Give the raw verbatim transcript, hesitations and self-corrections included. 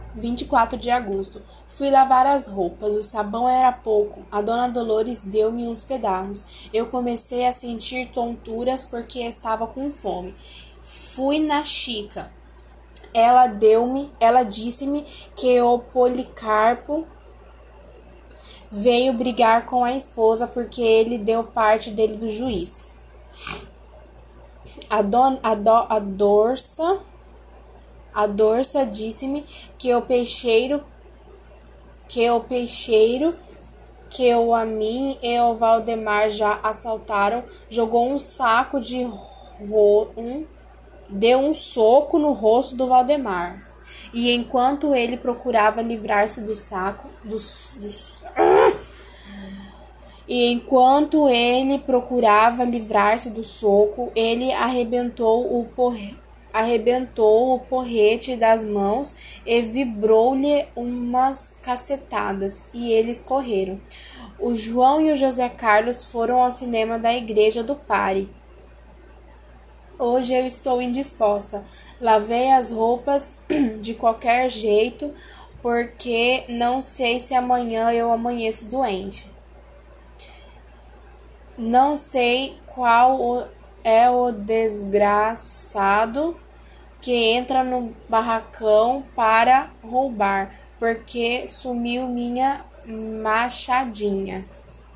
vinte e quatro de agosto. Fui lavar as roupas, o sabão era pouco. A dona Dolores deu-me uns pedaços. Eu comecei a sentir tonturas porque estava com fome. Fui na Chica. Ela deu-me, ela disse-me que o Policarpo veio brigar com a esposa porque ele deu parte dele do juiz. A, don, a, do, a Dorsa A Dorsa disse-me que o peixeiro, que o peixeiro, que o a mim e o Valdemar já assaltaram, jogou um saco de ro, um, deu um soco no rosto do Valdemar. E enquanto ele procurava livrar-se do saco, dos, dos, e enquanto ele procurava livrar-se do soco, ele arrebentou o porre arrebentou o porrete das mãos e vibrou-lhe umas cacetadas, e eles correram. O João e o José Carlos foram ao cinema da igreja do Pare. Hoje eu estou indisposta. Lavei as roupas de qualquer jeito, porque não sei se amanhã eu amanheço doente. Não sei qual o é o desgraçado que entra no barracão para roubar, porque sumiu minha machadinha.